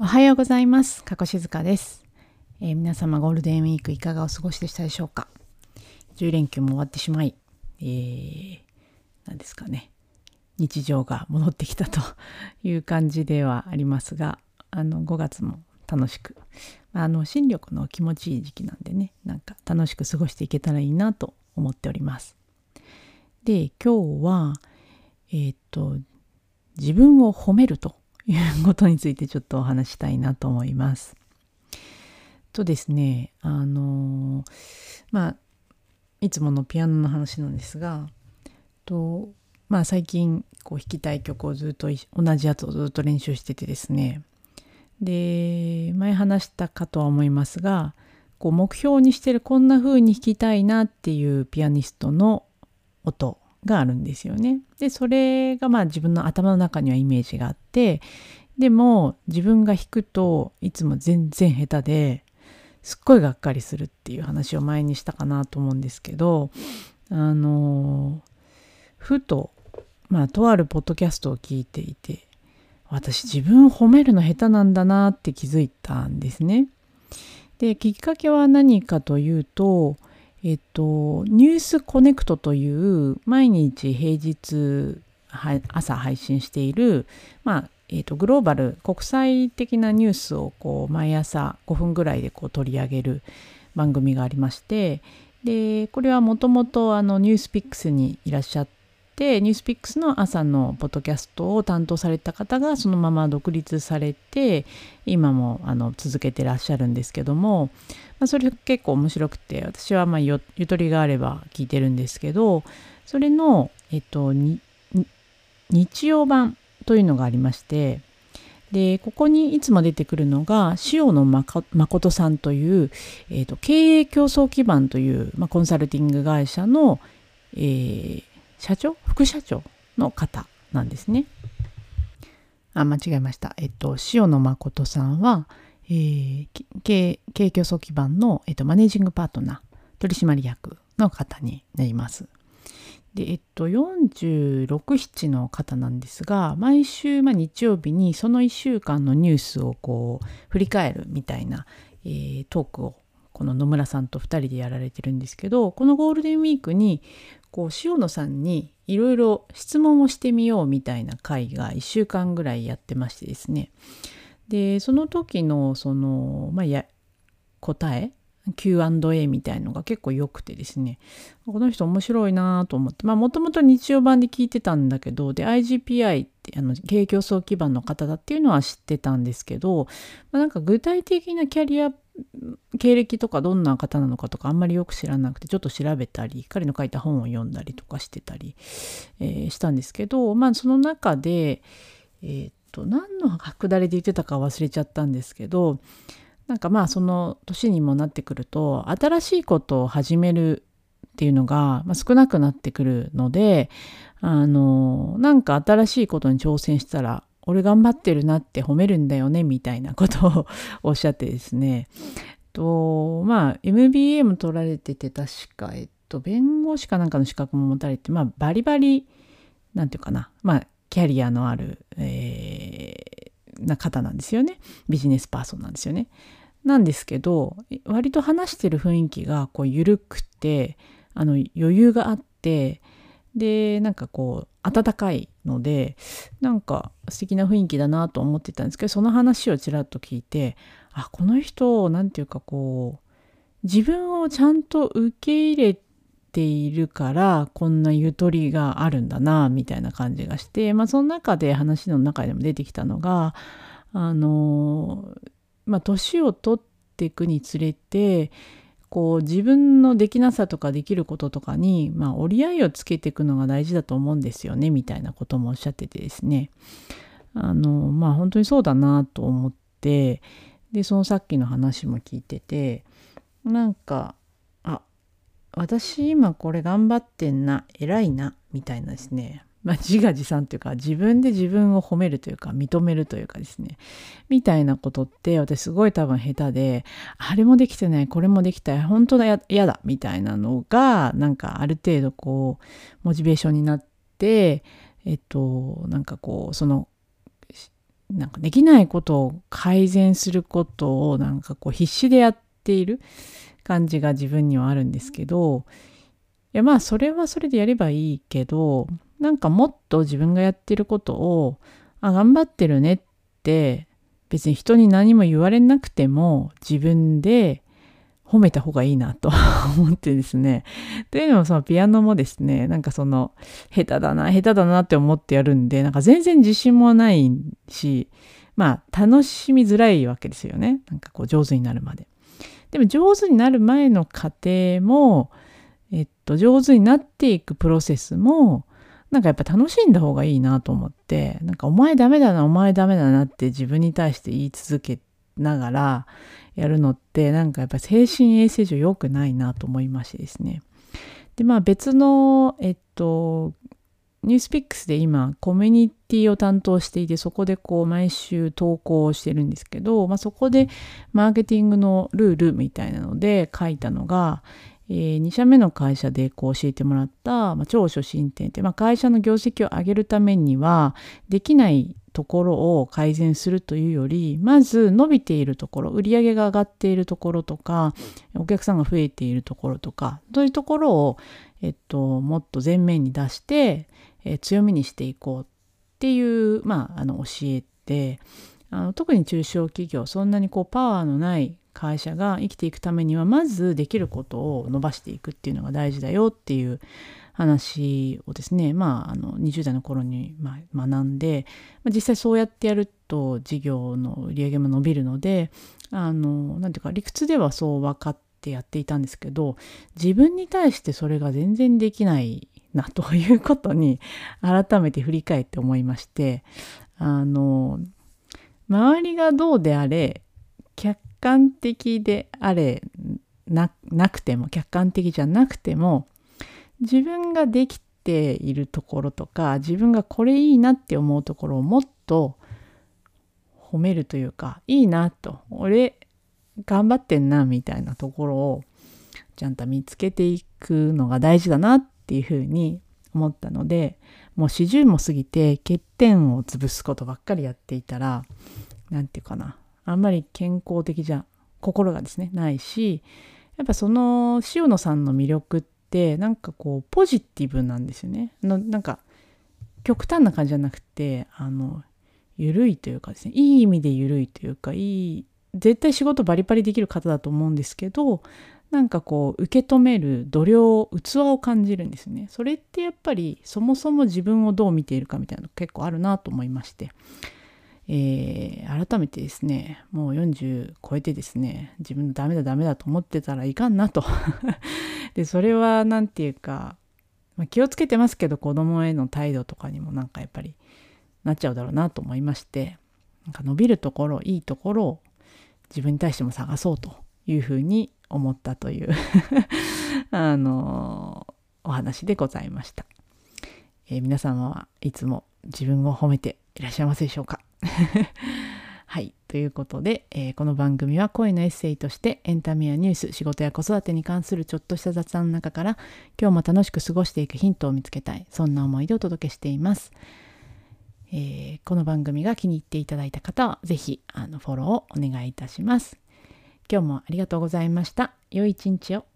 おはようございます。加古静香です。皆様ゴールデンウィークいかがお過ごしでしたでしょうか。10連休も終わってしまい、何ですかね、日常が戻ってきたという感じではありますが、5月も楽しく、新緑の気持ちいい時期なんでね、なんか楽しく過ごしていけたらいいなと思っております。で、今日は自分を褒めるということについてちょっとお話したいなと思います。とですね、いつものピアノの話なんですが、最近弾きたい曲をずっと同じやつをずっと練習しててですね、で前話したかとは思いますが、目標にしてるこんな風に弾きたいなっていうピアニストの音があるんですよね。でそれが自分の頭の中にはイメージがあって、でも自分が弾くといつも全然下手ですっごいがっかりするっていう話を前にしたかなと思うんですけど、ふととあるポッドキャストを聞いていて、私自分を褒めるの下手なんだなって気づいたんですね。できっかけは何かというと、ニュースコネクトという毎日平日朝配信している、グローバル国際的なニュースを毎朝5分ぐらいで取り上げる番組がありまして、でこれはもともとニュースピックスにいらっしゃって、ニュースピックスの朝のポッドキャストを担当された方がそのまま独立されて今も続けてらっしゃるんですけども、それ結構面白くて、私はゆとりがあれば聞いてるんですけど、それの、日曜版というのがありまして、でここにいつも出てくるのが塩野誠さんという、経営競争基盤という、コンサルティング会社の、副社長の方なんですね。間違えました。塩野誠さんは、経営競争基盤の、マネージングパートナー取締役の方になります。で46、7の方なんですが、毎週日曜日にその1週間のニュースを振り返るみたいな、トークをこの野村さんと2人でやられてるんですけど、このゴールデンウィークに塩野さんにいろいろ質問をしてみようみたいな会が1週間ぐらいやってましてですね、でその時の答えQ&A みたいのが結構良くてですね、この人面白いなと思って、もともと日曜版で聞いてたんだけど、で IGPI って経営競争基盤の方だっていうのは知ってたんですけど、なんか具体的な経歴とかどんな方なのかとかあんまりよく知らなくて、ちょっと調べたり彼の書いた本を読んだりとかしてたり、したんですけど、その中で何のくだりで言ってたか忘れちゃったんですけど、なんかその年にもなってくると新しいことを始めるっていうのが少なくなってくるので、なんか新しいことに挑戦したら俺頑張ってるなって褒めるんだよねみたいなことをおっしゃってですね、MBA も取られてて、確か弁護士かなんかの資格も持たれて、バリバリなんていうかな、キャリアのある、な方なんですよね。ビジネスパーソンなんですよね。なんですけど、割と話してる雰囲気が緩くて余裕があって、でなんか温かいので、なんか素敵な雰囲気だなと思ってたんですけど、その話をちらっと聞いて、この人なんていうか自分をちゃんと受け入れているからこんなゆとりがあるんだなみたいな感じがして、その中で話の中でも出てきたのが、年を取っていくにつれて自分のできなさとかできることとかに、折り合いをつけていくのが大事だと思うんですよねみたいなこともおっしゃっててですね、本当にそうだなと思って、でそのさっきの話も聞いてて、なんか私今これ頑張ってんな、偉いなみたいなですね、自画自賛というか自分で自分を褒めるというか認めるというかですね、みたいなことって私すごい多分下手で、あれもできてない、これもできたい、本当だやだみたいなのがなんかある程度モチベーションになって、なんかそのなんかできないことを改善することをなんかこう必死でやっている感じが自分にはあるんですけど、いやまあそれはそれでやればいいけど、なんかもっと自分がやってることを頑張ってるねって別に人に何も言われなくても自分で褒めた方がいいなと思ってですね。というのもそのピアノもですね、なんかその下手だなって思ってやるんで、なんか全然自信もないし、まあ楽しみづらいわけですよね。なんかこう上手になるまで。でも上手になる前の過程も、上手になっていくプロセスも、なんかやっぱ楽しんだ方がいいなと思って、なんかお前ダメだなって自分に対して言い続けながらやるのって、なんかやっぱ精神衛生上良くないなと思いましてですね。で、まあ別の、ニュースピックスで今コミュニティを担当していて、そこでこう毎週投稿をしてるんですけど、そこでマーケティングのルールみたいなので書いたのが、2社目の会社でこう教えてもらった、超初心点って、会社の業績を上げるためにはできないところを改善するというより、まず伸びているところ、売上が上がっているところとか、お客さんが増えているところとか、そういうところを、もっと前面に出して、強みにしていこうっていう、教えて、特に中小企業、そんなにこうパワーのない会社が生きていくためには、まずできることを伸ばしていくっていうのが大事だよっていう話をですね、20代の頃に学んで、実際そうやってやると事業の売り上げも伸びるので、なんていうか理屈ではそう分かってやっていたんですけど、自分に対してそれが全然できないなということに改めて振り返って思いまして、周りがどうであれ、客観的であれ なくても、客観的じゃなくても、自分ができているところとか、自分がこれいいなって思うところをもっと褒めるというか、いいなと、俺頑張ってんなみたいなところをちゃんと見つけていくのが大事だなっていうふうに思ったので、もう40も過ぎて欠点を潰すことばっかりやっていたら、なんていうかな、あんまり健康的じゃ心がですねないし、やっぱその塩野さんの魅力ってなんかこうポジティブなんですよね。なんか極端な感じじゃなくて、緩いというかですね、いい意味で緩いというか、絶対仕事バリバリできる方だと思うんですけど、なんかこう受け止める度量、器を感じるんですね。それってやっぱりそもそも自分をどう見ているかみたいなの結構あるなと思いまして、改めてですね、もう40超えてですね、自分のダメだと思ってたらいかんなとでそれはなんていうか、気をつけてますけど、子供への態度とかにもなんかやっぱりなっちゃうだろうなと思いまして、なんか伸びるところ、いいところを自分に対しても探そうというふうに思ったというお話でございました。皆様はいつも自分を褒めていらっしゃいますでしょうかはい、ということで、この番組は声のエッセイとしてエンタメやニュース、仕事や子育てに関するちょっとした雑談の中から今日も楽しく過ごしていくヒントを見つけたい、そんな思いでお届けしています。この番組が気に入っていただいた方はぜひフォローをお願いいたします。今日もありがとうございました。良い一日を。